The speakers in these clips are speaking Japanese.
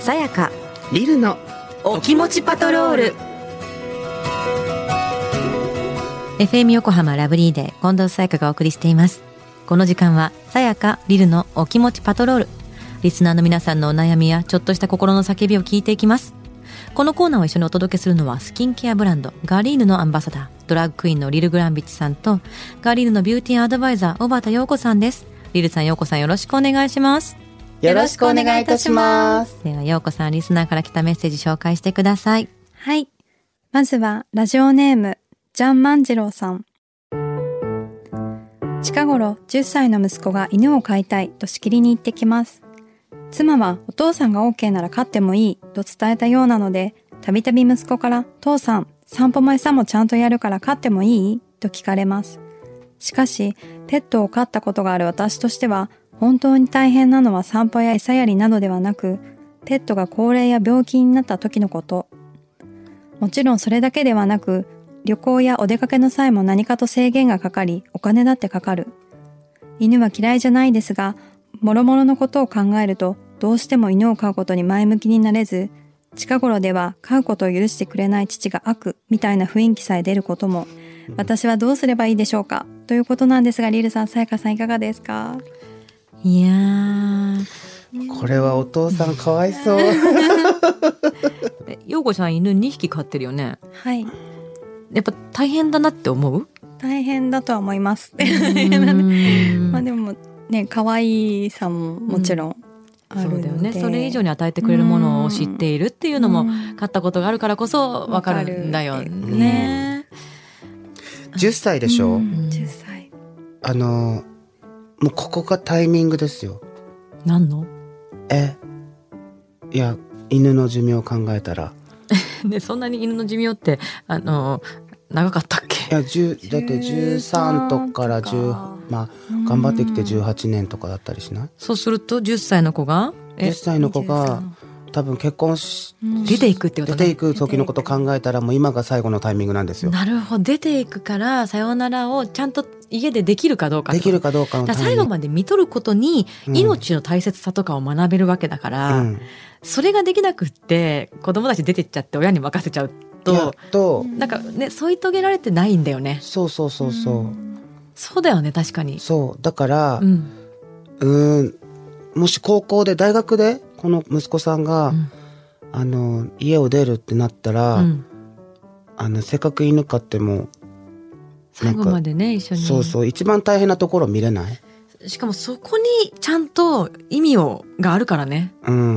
さやかリルのお気持ちパトロール。 FM 横浜ラブリーデー近藤さやかがお送りしています。この時間はさやかリルのお気持ちパトロール。リスナーの皆さんのお悩みやちょっとした心の叫びを聞いていきます。このコーナーを一緒にお届けするのはスキンケアブランドガリーヌのアンバサダー、ドラッグクイーンのリル・グランビッチさんとガリーヌのビューティーアドバイザー小畑陽子さんです。リルさん、陽子さん、よろしくお願いします。 よろしくお願いいたします。 では陽子さん、リスナーから来たメッセージ紹介してください。 はい。まずはラジオネームジャン万次郎さん。近頃10歳の息子が犬を飼いたいとしきりに言ってきます。妻はお父さんが OK なら飼ってもいいと伝えたようなので、たびたび息子から父さん、散歩も餌もちゃんとやるから飼ってもいいと聞かれます。しかしペットを飼ったことがある私としては、本当に大変なのは散歩や餌やりなどではなく、ペットが高齢や病気になった時のこと。もちろんそれだけではなく、旅行やお出かけの際も何かと制限がかかり、お金だってかかる。犬は嫌いじゃないですが、諸々のことを考えると、どうしても犬を飼うことに前向きになれず、近頃では飼うことを許してくれない父が悪みたいな雰囲気さえ出ることも、私はどうすればいいでしょうかということなんですが、リルさん、さやかさんいかがですか？ いやー、 これはお父さんかわいそう。 陽子さん、犬2匹飼ってるよね。 はい。 やっぱ大変だなって思う？ 大変だとは思います。まあでもね、可愛さももちろんあるので、 そうだよね。それ以上に与えてくれるものを知っているっていうのも、飼ったことがあるからこそ分かるんだよね。 10歳でしょ、 10歳。 もうここがタイミングですよ。 何の？ いや、犬の寿命を考えたらね、そんなに犬の寿命って長かったっけ？ いや、だって13とかから10、まあ頑張ってきて18年とかだったりしない？ そうすると10歳の子が 10歳の子が多分結婚し、 出ていくってことね。 出ていく時のことを考えたら、もう今が最後のタイミングなんですよ。 なるほど。出ていくからさよならをちゃんと家でできるかどうか。 できるかどうかのタイミング。 最後まで見とることに命の大切さとかを学べるわけだから、それができなくって子供たち出てっちゃって親に任せちゃうとなんかね、添い遂げられてないんだよね。 そう。 そうだよね、確かに。 そうだから、もし高校で大学でこの息子さんが、家を出るってなったら、せっかく犬飼っても最後までね、一緒に。 そう一番大変なところ見れない。 しかもそこにちゃんと意味があるからね。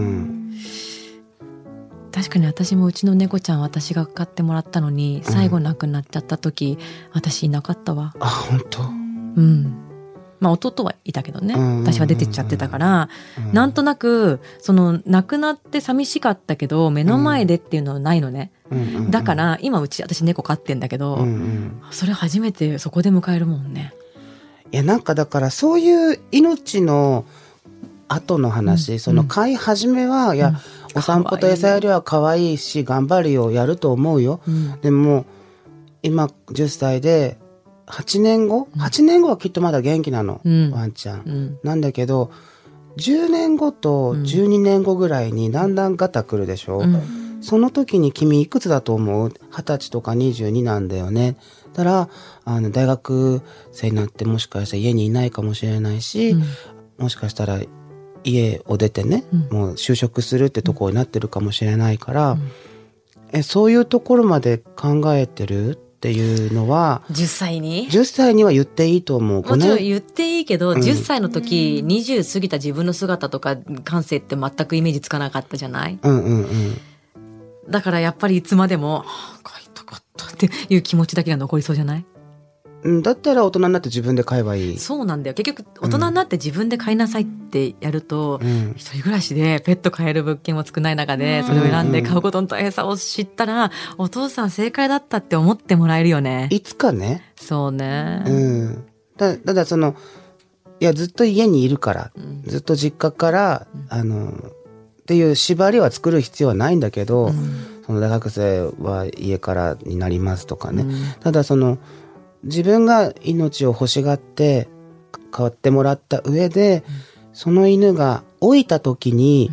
確かに私もうちの猫ちゃん、私が飼ってもらったのに最後亡くなっちゃった時、私いなかったわ。 あ、本当？ まあ弟はいたけどね、私は出てっちゃってたから、なんとなく亡くなって寂しかったけど目の前でっていうのはないのね。だから今私猫飼ってんだけど、それ初めてそこで迎えるもんね。 いや、なんかだからそういう命の後の話、飼い始めは、いや、お散歩と餌やりは可愛いし頑張るよ、やると思うよ。でも今10歳で8年後はきっとまだ元気なの、ワンちゃん、なんだけど10年後と12年後ぐらいにだんだんガタくるでしょ、その時に君いくつだと思う？20歳とか22なんだよね。だから大学生になってもしかしたら家にいないかもしれないし、もしかしたら家を出てね、もう就職するってところになってるかもしれないから、そういうところまで考えてるっていうのは 10歳には言っていいと思う。 もちろん言っていいけど、10歳の時20過ぎた自分の姿とか感性って全くイメージつかなかったじゃない？だからやっぱりいつまでも飼いたかったっていう気持ちだけが残りそうじゃない？ だったら大人になって自分で飼えばいい。 そうなんだよ。結局大人になって自分で飼いなさいってやると、一人暮らしでペット飼える物件も少ない中でそれを選んで飼うことの大変さを知ったら、お父さん正解だったって思ってもらえるよね。 いつかね。 そうね。 ただいや、ずっと家にいるから、ずっと実家から、っていう縛りは作る必要はないんだけど、大学生は家からになりますとかね。ただ自分が命を欲しがって飼ってもらった上で、その犬が老いた時に、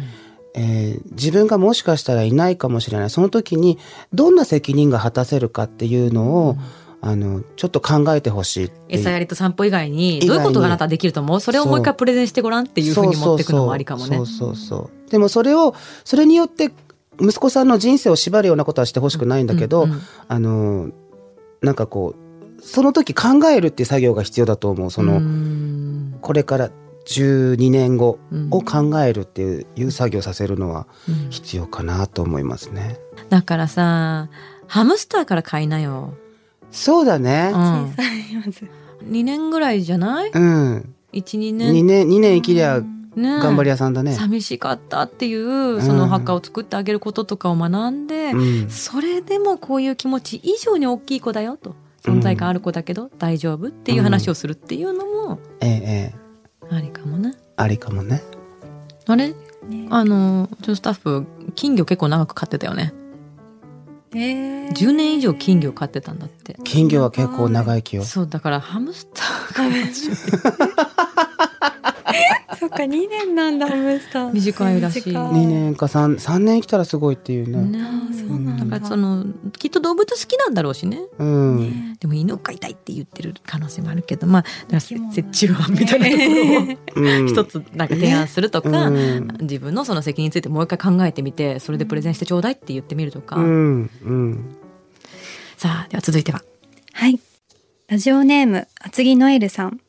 自分がもしかしたらいないかもしれない。その時にどんな責任が果たせるかっていうのを、ちょっと考えてほしいっていう。 餌やりと散歩以外にどういうことがあなたはできると思う？それをもう一回プレゼンしてごらんっていうふうに持っていくのもありかもね。 でもそれによって息子さんの人生を縛るようなことはしてほしくないんだけど、なんかこうその時考えるっていう作業が必要だと思う。これから12年後を考えるっていう作業させるのは必要かなと思いますね。 だからさ、ハムスターから買いなよ。 そうだね。 小さいまず。 2年ぐらいじゃない？1、2年。 2年生きりゃ頑張り屋さんだね。 寂しかったっていうその墓を作ってあげることとかを学んで、それでもこういう気持ち以上に大きい子だよと、存在感ある子だけど大丈夫っていう話をするっていうのもありかもね。 ありかもね。 あれ、スタッフ金魚結構長く飼ってたよね。10年以上金魚飼ってたんだって。 金魚は結構長生きよ。 そうだからハムスターそっか、2年なんだ、ハムスター。 短いらしい。 2年か3年生きたらすごいっていうね。 だからきっと動物好きなんだろうしね。でも犬を飼いたいって言ってる可能性もあるけど、まあ折衷案みたいなところを一つなんか提案するとか、自分のその責任についてもう一回考えてみて、それでプレゼンしてちょうだいって言ってみるとか。さあ、では続いては。 はい。ラジオネーム厚木ノエルさん。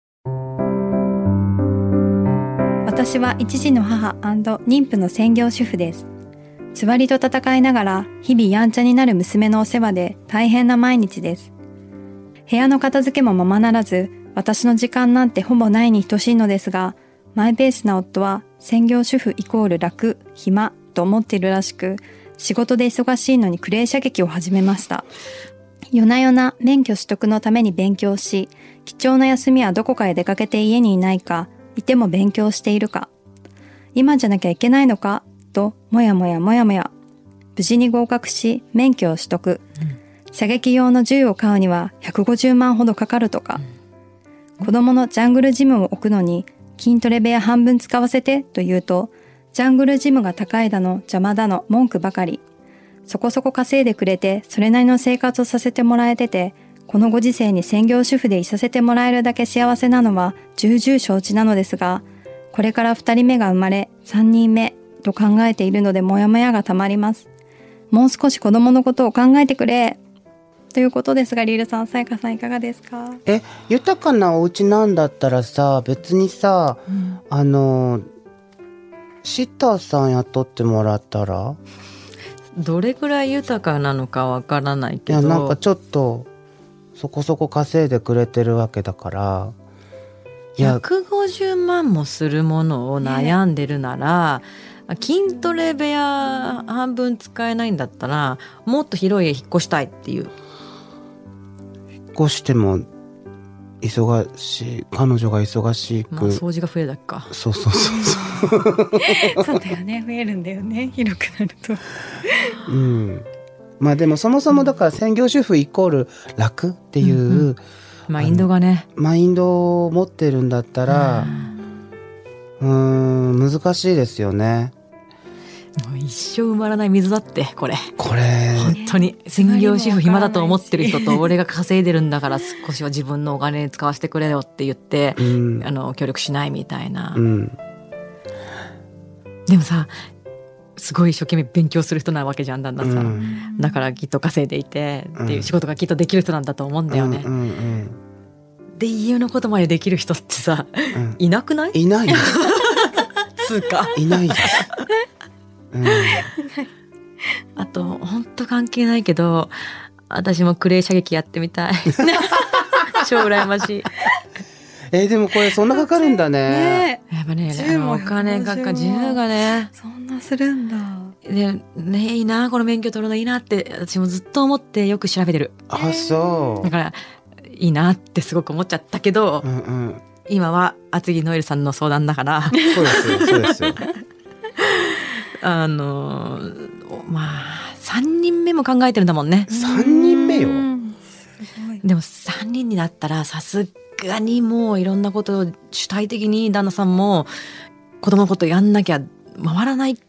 私は一児の母&妊婦の専業主婦です。つわりと戦いながら日々やんちゃになる娘のお世話で大変な毎日です。部屋の片付けもままならず、私の時間なんてほぼないに等しいのですが、マイペースな夫は専業主婦イコール楽、暇と思っているらしく、仕事で忙しいのにクレー射撃を始めました。夜な夜な免許取得のために勉強し、貴重な休みはどこかへ出かけて家にいないか、いても勉強しているか、今じゃなきゃいけないのかともやもやもやもや。無事に合格し免許を取得、射撃用の銃を買うには150万ほどかかるとか、子供のジャングルジムを置くのに筋トレ部屋半分使わせてと言うと、ジャングルジムが高いだの邪魔だの文句ばかり。そこそこ稼いでくれてそれなりの生活をさせてもらえてて、このご時世に専業主婦でいさせてもらえるだけ幸せなのは重々承知なのですが、これから2人目が生まれ3人目と考えているのでモヤモヤがたまります。もう少し子供のことを考えてくれということですが、リールさん、さやかさんいかがですか？ 豊かなお家なんだったらさ、別にさ、シッターさん雇ってもらったら、 どれぐらい豊かなのかわからないけど、 いや、なんかちょっとそこそこ稼いでくれてるわけだから、 150万もするものを悩んでるなら、筋トレ部屋半分使えないんだったらもっと広い家引っ越したいっていう。 引っ越しても忙しい、彼女が忙しく、 掃除が増えるだけか。 そうそうだよね、増えるんだよね、広くなると。 まあでもそもそもだから専業主婦イコール楽っていう、 マインドがね、 マインドを持ってるんだったら、難しいですよね。 もう一生埋まらない溝だって、これ本当に専業主婦暇だと思ってる人と、俺が稼いでるんだから少しは自分のお金使わせてくれよって言って、協力しないみたいな、でもさ、すごい一生懸命勉強する人なわけじゃん、だんだんさ、だからきっと稼いでいてっていう仕事がきっとできる人なんだと思うんだよね。で、家のことまでできる人ってさ、いなくない？ いないつうかいないですあと本当関係ないけど、私もクレー射撃やってみたい超羨ましい。 でもこれそんなかかるんだね。 やっぱね、お金かかる、銃がね、 そんなするんだ。 でね、いいな、この免許取るのいいなって私もずっと思ってよく調べてる。 そうだからいいなってすごく思っちゃったけど、今は厚木ノエルさんの相談だからそうですよまあ3人目も考えてるんだもんね。 3人目よ。 でも3人になったらさすがにもういろんなことを主体的に旦那さんも子供のことやんなきゃ回らない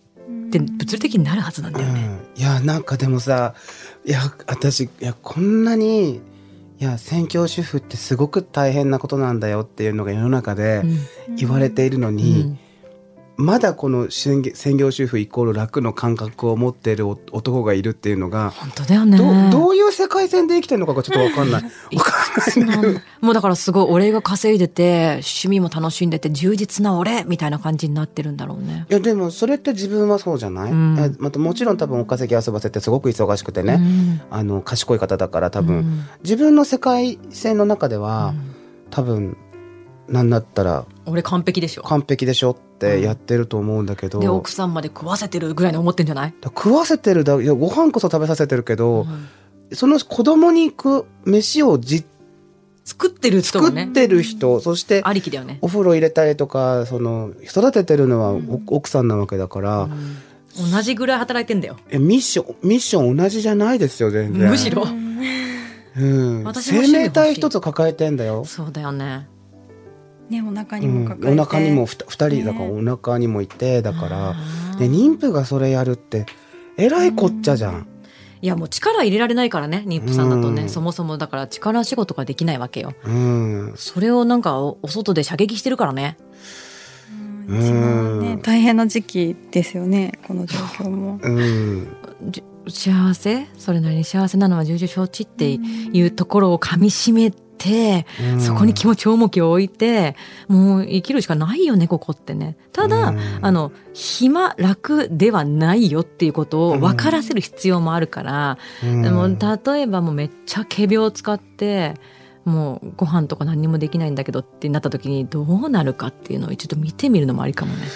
って物理的になるはずなんだよね、 いやなんかでもさ、私こんなに専業主婦ってすごく大変なことなんだよっていうのが世の中で言われているのに、まだこの専業主婦イコール楽の感覚を持っている男がいるっていうのが本当だよね。 どういう世界線で生きてるのかがちょっと分かんないもうだからすごい俺が稼いでて趣味も楽しんでて充実な俺みたいな感じになってるんだろうね。 いやでもそれって自分はそうじゃない、またもちろん多分お稼ぎ遊ばせてすごく忙しくてね、賢い方だから多分、自分の世界線の中では、多分なんだったら俺完璧でしょってやってると思うんだけど、 で奥さんまで食わせてるぐらいに思ってんじゃない？ 食わせてるいやご飯こそ食べさせてるけど、その子供に飯を作ってる人もね、 作ってる人、そしてありきだよね。 お風呂入れたりとか育ててるのは奥さんなわけだから、 同じぐらい働いてんだよ。 ミッション同じじゃないですよ全然。 むしろ、 生命体一つ抱えてんだよ。 そうだよね。 ね、お腹にも抱えて、 お腹にも2人だからお腹にもいて、だからで妊婦がそれやるってえらいこっちゃじゃん。 いやもう力入れられないからね、妊婦さんだとね、そもそもだから力仕事ができないわけよ、それをなんかお外で射撃してるからね。 一番ね大変な時期ですよね、この状況も。 幸せ、それなりに幸せなのは重々承知っていうところをかみしめて、そこに気持ち重きを置いてもう生きるしかないよねここってね。ただ暇楽ではないよっていうことを分からせる必要もあるから、でも例えばもうめっちゃ仮病を使ってもうご飯とか何にもできないんだけどってなった時にどうなるかっていうのを一度見てみるのもありかもね。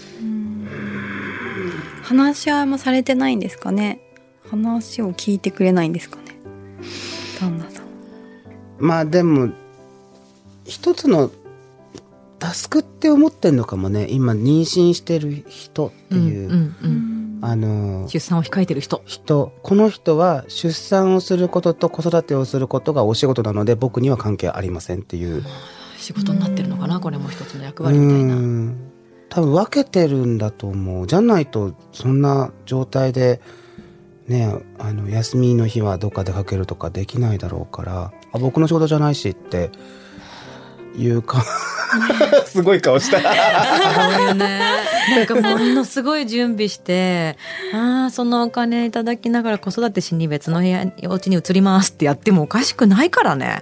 話し合いもされてないんですかね。話を聞いてくれないんですかね、旦那さん。 まあでも一つのタスクって思ってんのかもね、今妊娠してる人っていう、 出産を控えてる人、 この人は出産をすることと子育てをすることがお仕事なので僕には関係ありませんっていう仕事になってるのかな。これも一つの役割みたいな。 多分分けてるんだと思う。じゃないとそんな状態でね、休みの日はどっか出かけるとかできないだろうから、僕の仕事じゃないしっていうかすごい顔したそうよね。なんかものすごい準備してそのお金いただきながら子育てしに別のお家に移りますってやってもおかしくないからね。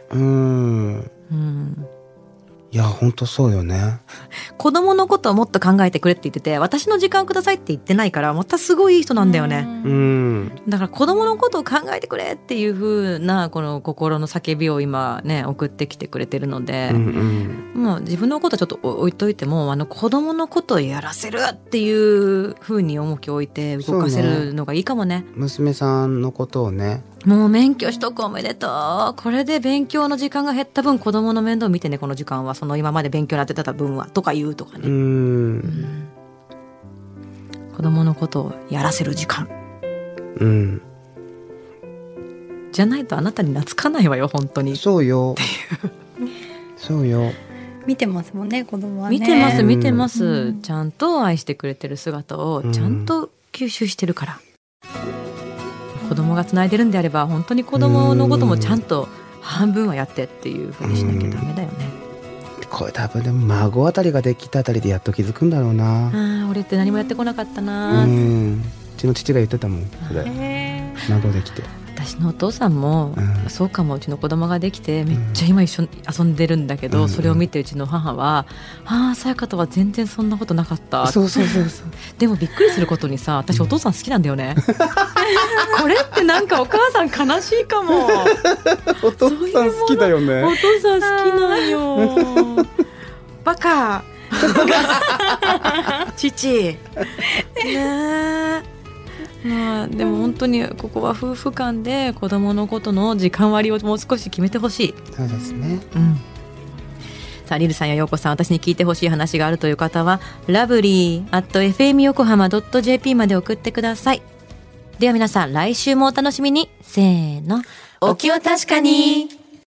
いや本当そうよね。 子供のことをもっと考えてくれって言ってて、私の時間をくださいって言ってないから、またすごいいい人なんだよね。だから子供のことを考えてくれっていう風なこの心の叫びを今ね送ってきてくれてるので、もう自分のことはちょっと置いといても子供のことをやらせるっていう風に重きを置いて動かせるのがいいかもね。 娘さんのことをね、 もう免許取得おめでとう。これで勉強の時間が減った分子供の面倒を見てね、この時間はその今まで勉強になってた分はとか言うとかね。子供のことをやらせる時間、じゃないとあなたに懐かないわよ本当に。 そうよそうよ。 見てますもんね、子供はね。 見てます、ちゃんと愛してくれてる姿をちゃんと吸収してるから、子供がつないでるんであれば本当に子供のこともちゃんと半分はやってっていうふうにしなきゃダメだよね。 これ多分でも孫あたりができたあたりでやっと気づくんだろうな。 俺って何もやってこなかったな。 うちの父が言ってたもんそれ。孫できて私のお父さんも、そうかも。うちの子供ができてめっちゃ今一緒に遊んでるんだけど、それを見てうちの母はさやかとは全然そんなことなかった。 そうでもびっくりすることにさ、私お父さん好きなんだよねこれってなんかお母さん悲しいかもお父さん好きだよね。 お父さん好きなんよバカ父ねえ。でも本当にここは夫婦間で子供のことの時間割をもう少し決めてほしい。 そうですね。 さあリルさんやヨーコさん、私に聞いてほしい話があるという方はlovely@fmyokohama.jp まで送ってください。では皆さん来週もお楽しみに。せーの、お気を確かに。